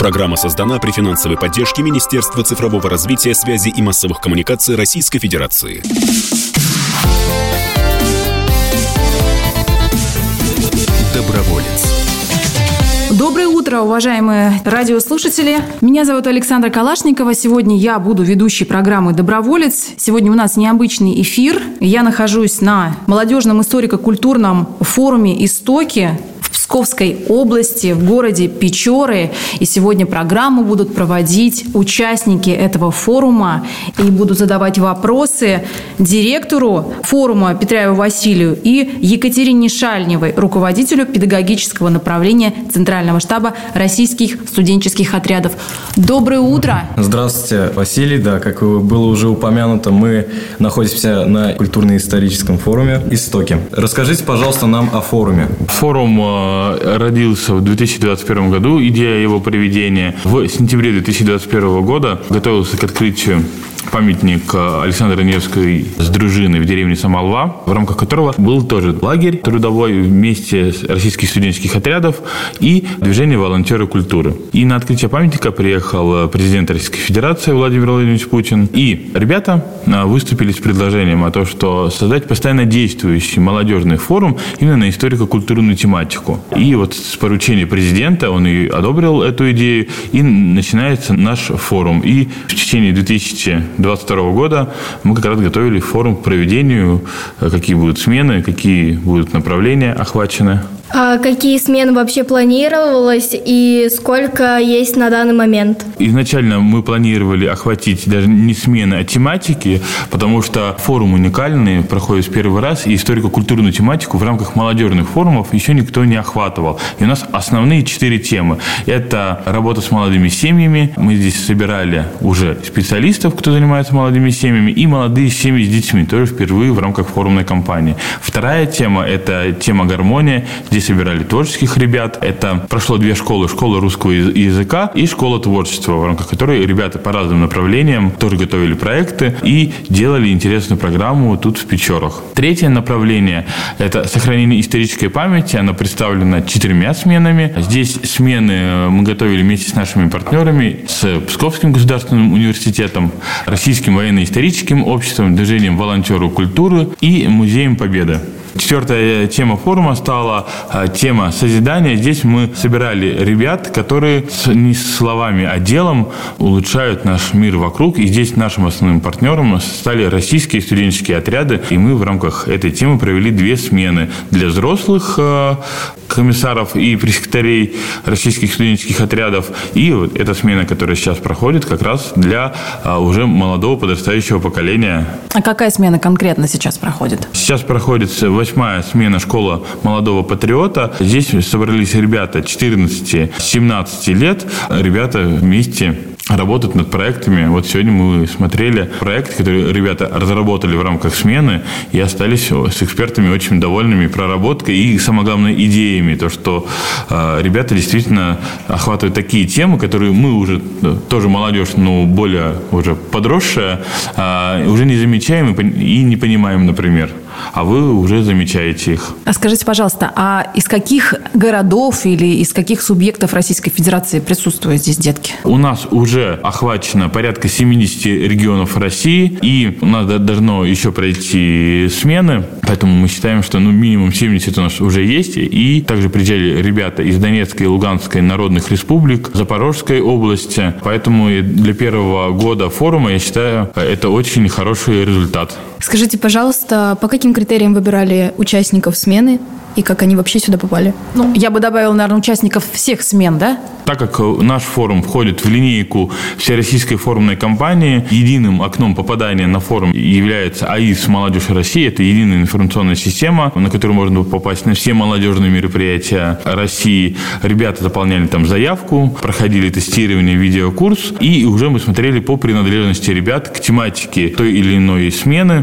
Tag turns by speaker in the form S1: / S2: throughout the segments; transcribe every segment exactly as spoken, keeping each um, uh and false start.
S1: Программа создана при финансовой поддержке Министерства цифрового развития, связи и массовых коммуникаций Российской Федерации. Доброволец.
S2: Доброе утро, уважаемые радиослушатели. Меня зовут Александра Калашникова. Сегодня я буду ведущей программы «Доброволец». Сегодня у нас необычный эфир. Я нахожусь на молодежном историко-культурном форуме «Истоки» в Псковской области, в городе Печоры. И сегодня программу будут проводить участники этого форума и будут задавать вопросы директору форума Петряеву Василию и Екатерине Шальневой, руководителю педагогического направления Центрального штаба российских студенческих отрядов. Доброе утро!
S3: Здравствуйте, Василий. Да, как было уже упомянуто, мы находимся на культурно-историческом форуме «Истоки». Расскажите, пожалуйста, нам о форуме.
S4: Форум родился в две тысячи двадцать первом году. Идея его проведения в сентябре две тысячи двадцать первого года готовился к открытию памятник Александры Невской с дружиной в деревне Самолва, в рамках которого был тоже лагерь трудовой вместе с российских студенческих отрядов и движение «Волонтеры культуры». И на открытие памятника приехал президент Российской Федерации Владимир Владимирович Путин. И ребята выступили с предложением о том, что создать постоянно действующий молодежный форум именно на историко-культурную тематику. И вот с поручения президента он и одобрил эту идею, и начинается наш форум. И в течение две тысячи двадцать второго года мы как раз готовили форум к проведению, какие будут смены, какие будут направления охвачены.
S5: А какие смены вообще планировалось и сколько есть на данный момент?
S4: Изначально мы планировали охватить даже не смены, а тематики, потому что форум уникальный, проходит в первый раз, и историко-культурную тематику в рамках молодежных форумов еще никто не охватывал. И у нас основные четыре темы. Это работа с молодыми семьями. Мы здесь собирали уже специалистов, кто занимается молодыми семьями, и молодые семьи с детьми, тоже впервые в рамках форумной кампании. Вторая тема – это тема гармония. Здесь собирали творческих ребят. Это прошло две школы. Школа русского языка и школа творчества, в рамках которой ребята по разным направлениям тоже готовили проекты и делали интересную программу тут в Печорах. Третье направление – это сохранение исторической памяти. Оно представлено четырьмя сменами. Здесь смены мы готовили вместе с нашими партнерами, с Псковским государственным университетом, Российским военно-историческим обществом, движением «Волонтеры культуры» и Музеем Победы. Четвертая тема форума стала тема созидания. Здесь мы собирали ребят, которые не словами, а делом улучшают наш мир вокруг. И здесь нашим основным партнером стали российские студенческие отряды. И мы в рамках этой темы провели две смены для взрослых комиссаров и пресс-секретарей российских студенческих отрядов. И вот эта смена, которая сейчас проходит, как раз для уже молодого подрастающего поколения.
S2: А какая смена конкретно сейчас проходит?
S4: Сейчас проходит восьмая смена «Школа молодого патриота». Здесь собрались ребята четырнадцати-семнадцати лет. Ребята вместе работают над проектами. Вот сегодня мы смотрели проект, который ребята разработали в рамках смены и остались с экспертами очень довольными проработкой и, самое главное, идеями. То, что э, ребята действительно охватывают такие темы, которые мы уже, да, тоже молодежь, но более уже подросшая, э, уже не замечаем и не понимаем, например. А вы уже замечаете их.
S2: А скажите, пожалуйста, а из каких городов или из каких субъектов Российской Федерации присутствуют здесь детки?
S4: У нас уже охвачено порядка семидесяти регионов России, и у нас должно еще пройти смены, поэтому мы считаем, что ну, минимум семьдесят у нас уже есть, и также приезжали ребята из Донецкой и Луганской народных республик, Запорожской области, поэтому для первого года форума, я считаю, это очень хороший результат.
S5: Скажите, пожалуйста, по каким критериям выбирали участников смены и как они вообще сюда попали?
S2: Ну, я бы добавила, наверное, участников всех смен, да?
S4: Так как наш форум входит в линейку всероссийской форумной кампании, единым окном попадания на форум является АИС «Молодежь России». Это единая информационная система, на которую можно попасть на все молодежные мероприятия России. Ребята заполняли там заявку, проходили тестирование, видеокурс, и уже мы смотрели по принадлежности ребят к тематике той или иной смены.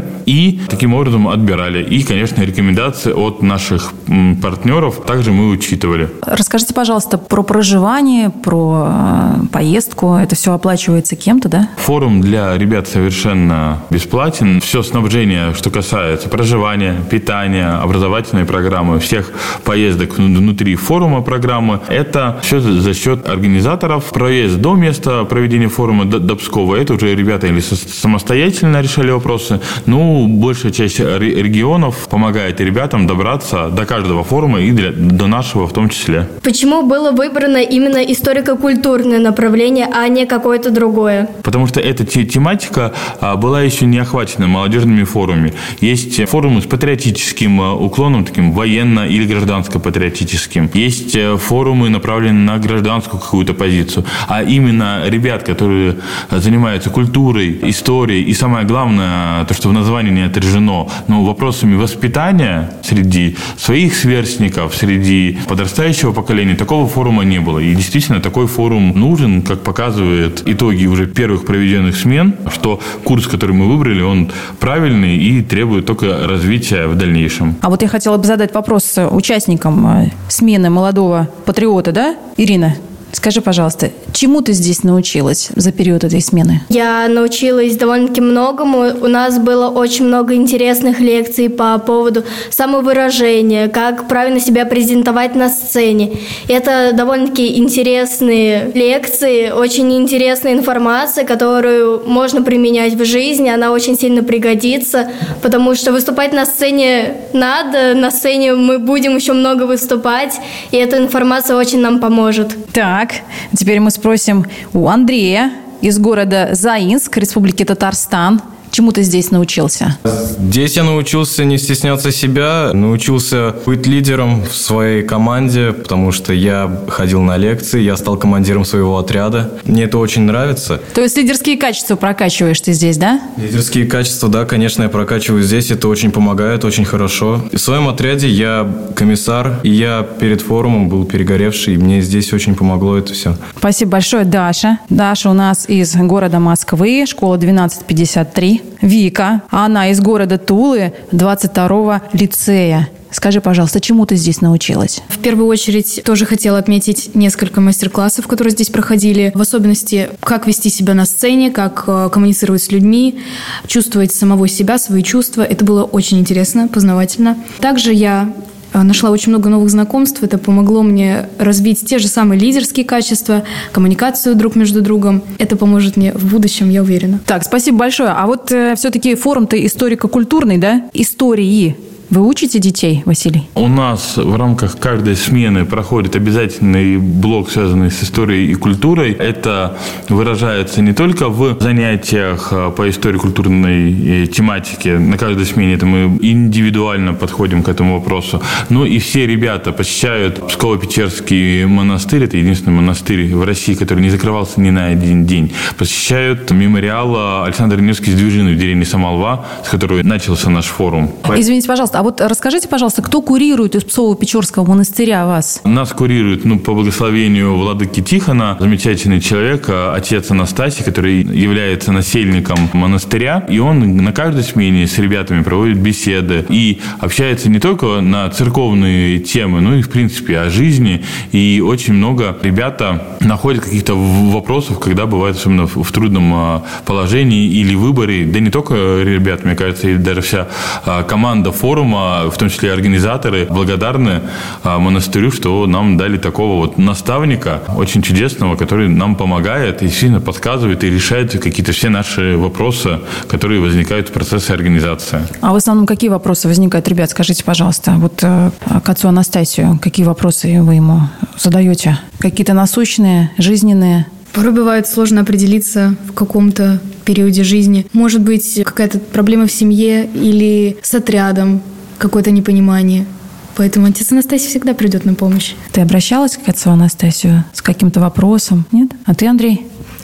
S4: и таким образом отбирали. И, конечно, рекомендации от наших партнеров также мы учитывали.
S2: Расскажите, пожалуйста, про проживание, про поездку. Это все оплачивается кем-то, да?
S4: Форум для ребят совершенно бесплатен. Все снабжение, что касается проживания, питания, образовательной программы, всех поездок внутри форума программы, это все за счет организаторов. Проезд до места проведения форума до, до Пскова, это уже ребята или самостоятельно решали вопросы. Ну, большая часть регионов помогает ребятам добраться до каждого форума и для, до нашего в том числе.
S6: Почему было выбрано именно историко-культурное направление, а не какое-то другое?
S4: Потому что эта тематика была еще не охвачена молодежными форумами. Есть форумы с патриотическим уклоном, таким военно- или гражданско-патриотическим. Есть форумы, направленные на гражданскую какую-то позицию. А именно ребят, которые занимаются культурой, историей и, самое главное, то, что в названии не отражено, но вопросами воспитания среди своих сверстников, среди подрастающего поколения, такого форума не было. И действительно, такой форум нужен, как показывают итоги уже первых проведенных смен, что курс, который мы выбрали, он правильный и требует только развития в дальнейшем.
S2: А вот я хотела бы задать вопрос участникам смены молодого патриота, да, Ирина? Скажи, пожалуйста, чему ты здесь научилась за период этой смены?
S6: Я научилась довольно-таки многому. У нас было очень много интересных лекций по поводу самовыражения, как правильно себя презентовать на сцене. Это довольно-таки интересные лекции, очень интересная информация, которую можно применять в жизни. Она очень сильно пригодится, потому что выступать на сцене надо. На сцене мы будем еще много выступать, и эта информация очень нам поможет.
S2: Так. Так, теперь мы спросим у Андрея из города Заинск, Республики Татарстан. Чему ты здесь научился?
S3: Здесь я научился не стесняться себя, научился быть лидером в своей команде, потому что я ходил на лекции, я стал командиром своего отряда. Мне это очень нравится.
S2: То есть лидерские качества прокачиваешь ты здесь, да?
S3: Лидерские качества, да, конечно, я прокачиваю здесь, это очень помогает, очень хорошо. И в своем отряде я комиссар, и я перед форумом был перегоревший, и мне здесь очень помогло это все.
S2: Спасибо большое, Даша. Даша у нас из города Москвы, школа двенадцать пятьдесят три. Вика, она из города Тулы, двадцать второго лицея. Скажи, пожалуйста, чему ты здесь научилась?
S5: В первую очередь тоже хотела отметить несколько мастер-классов, которые здесь проходили. В особенности, как вести себя на сцене, как коммуницировать с людьми, чувствовать самого себя, свои чувства. Это было очень интересно, познавательно. Также я нашла очень много новых знакомств. Это помогло мне развить те же самые лидерские качества, коммуникацию друг между другом. Это поможет мне в будущем, я уверена.
S2: Так, спасибо большое. А вот э, все-таки форум-то историко-культурный, да? Истории. Вы учите детей, Василий?
S4: У нас в рамках каждой смены проходит обязательный блок, связанный с историей и культурой. Это выражается не только в занятиях по историко-культурной тематике. На каждой смене это мы индивидуально подходим к этому вопросу. Но и все ребята посещают Псково-Печерский монастырь. Это единственный монастырь в России, который не закрывался ни на один день. Посещают мемориал Александра Невской Сдвижины в деревне Самолва, с которой начался наш форум.
S2: Извините, пожалуйста, а вот расскажите, пожалуйста, кто курирует из Псково-Печерского монастыря вас?
S4: Нас курирует, ну, по благословению владыки Тихона, замечательный человек, отец Анастасий, который является насельником монастыря. И он на каждой смене с ребятами проводит беседы и общается не только на церковные темы, но и, в принципе, о жизни. И очень много ребята находят каких-то вопросов, когда бывает, особенно в трудном положении или выборе. Да не только ребят, мне кажется, и даже вся команда форума, в том числе организаторы, благодарны монастырю, что нам дали такого вот наставника, очень чудесного, который нам помогает и сильно подсказывает и решает какие-то все наши вопросы, которые возникают в процессе организации.
S2: А в основном какие вопросы возникают, ребят, скажите, пожалуйста, вот э, к отцу Анастасию, какие вопросы вы ему задаете? Какие-то насущные, жизненные?
S5: Порой бывает сложно определиться в каком-то периоде жизни. Может быть, какая-то проблема в семье или с отрядом, какое-то непонимание. Поэтому отец Анастасий всегда придет на помощь.
S2: Ты обращалась к отцу Анастасию с каким-то вопросом? Нет? А ты, Андрей?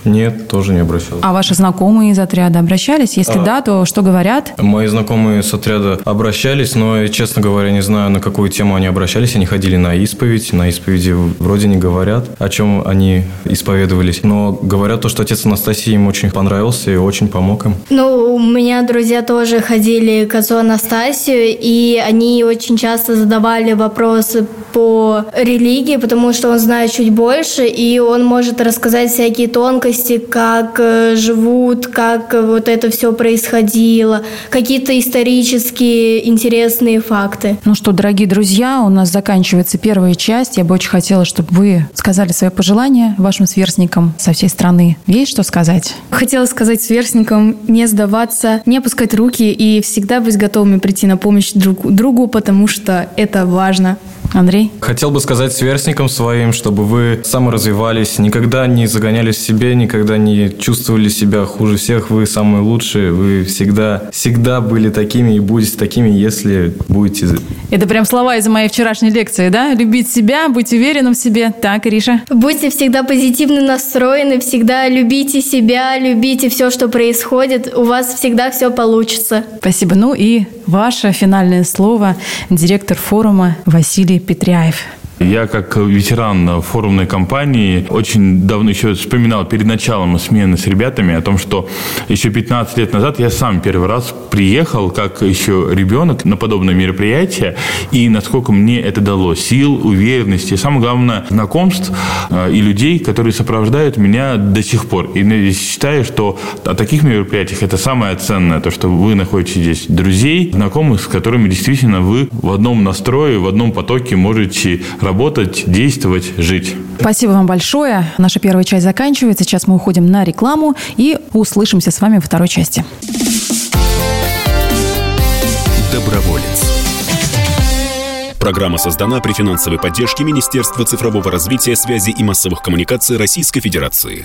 S3: Нет, тоже не обращался.
S2: А ваши знакомые из отряда обращались? Если а, да, то что говорят?
S3: Мои знакомые с отряда обращались, но, честно говоря, не знаю, на какую тему они обращались. Они ходили на исповедь. На исповеди вроде не говорят, о чем они исповедовались. Но говорят то, что отец Анастасии им очень понравился и очень помог им.
S6: Ну, у меня друзья тоже ходили к отцу Анастасию, и они очень часто задавали вопросы по религии, потому что он знает чуть больше, и он может рассказать всякие тонкости, как живут, как вот это все происходило, какие-то исторические интересные факты.
S2: Ну что, дорогие друзья, у нас заканчивается первая часть. Я бы очень хотела, чтобы вы сказали свои пожелания вашим сверстникам со всей страны. Есть что сказать?
S5: Хотела сказать сверстникам не сдаваться, не опускать руки и всегда быть готовыми прийти на помощь друг другу, потому что это важно.
S2: Андрей?
S3: Хотел бы сказать сверстникам своим, чтобы вы саморазвивались, никогда не загонялись в себе, никогда не чувствовали себя хуже всех. Вы самые лучшие, вы всегда, всегда были такими и будете такими, если будете...
S2: Это прям слова из моей вчерашней лекции, да? Любить себя, быть уверенным в себе. Так, Ириша?
S6: Будьте всегда позитивно настроены, всегда любите себя, любите все, что происходит. У вас всегда все получится.
S2: Спасибо. Ну и ваше финальное слово, директор форума Василий Петряев.
S4: Я, как ветеран форумной кампании, очень давно еще вспоминал перед началом смены с ребятами о том, что еще пятнадцать лет назад я сам первый раз приехал, как еще ребенок, на подобное мероприятие, и насколько мне это дало сил, уверенности, самое главное, знакомств и людей, которые сопровождают меня до сих пор. И считаю, что о таких мероприятиях это самое ценное, то, что вы находите здесь друзей, знакомых, с которыми действительно вы в одном настрое, в одном потоке можете работать, действовать, жить.
S2: Спасибо вам большое. Наша первая часть заканчивается. Сейчас мы уходим на рекламу и услышимся с вами во второй части.
S1: Доброволец. Программа создана при финансовой поддержке Министерства цифрового развития, связи и массовых коммуникаций Российской Федерации.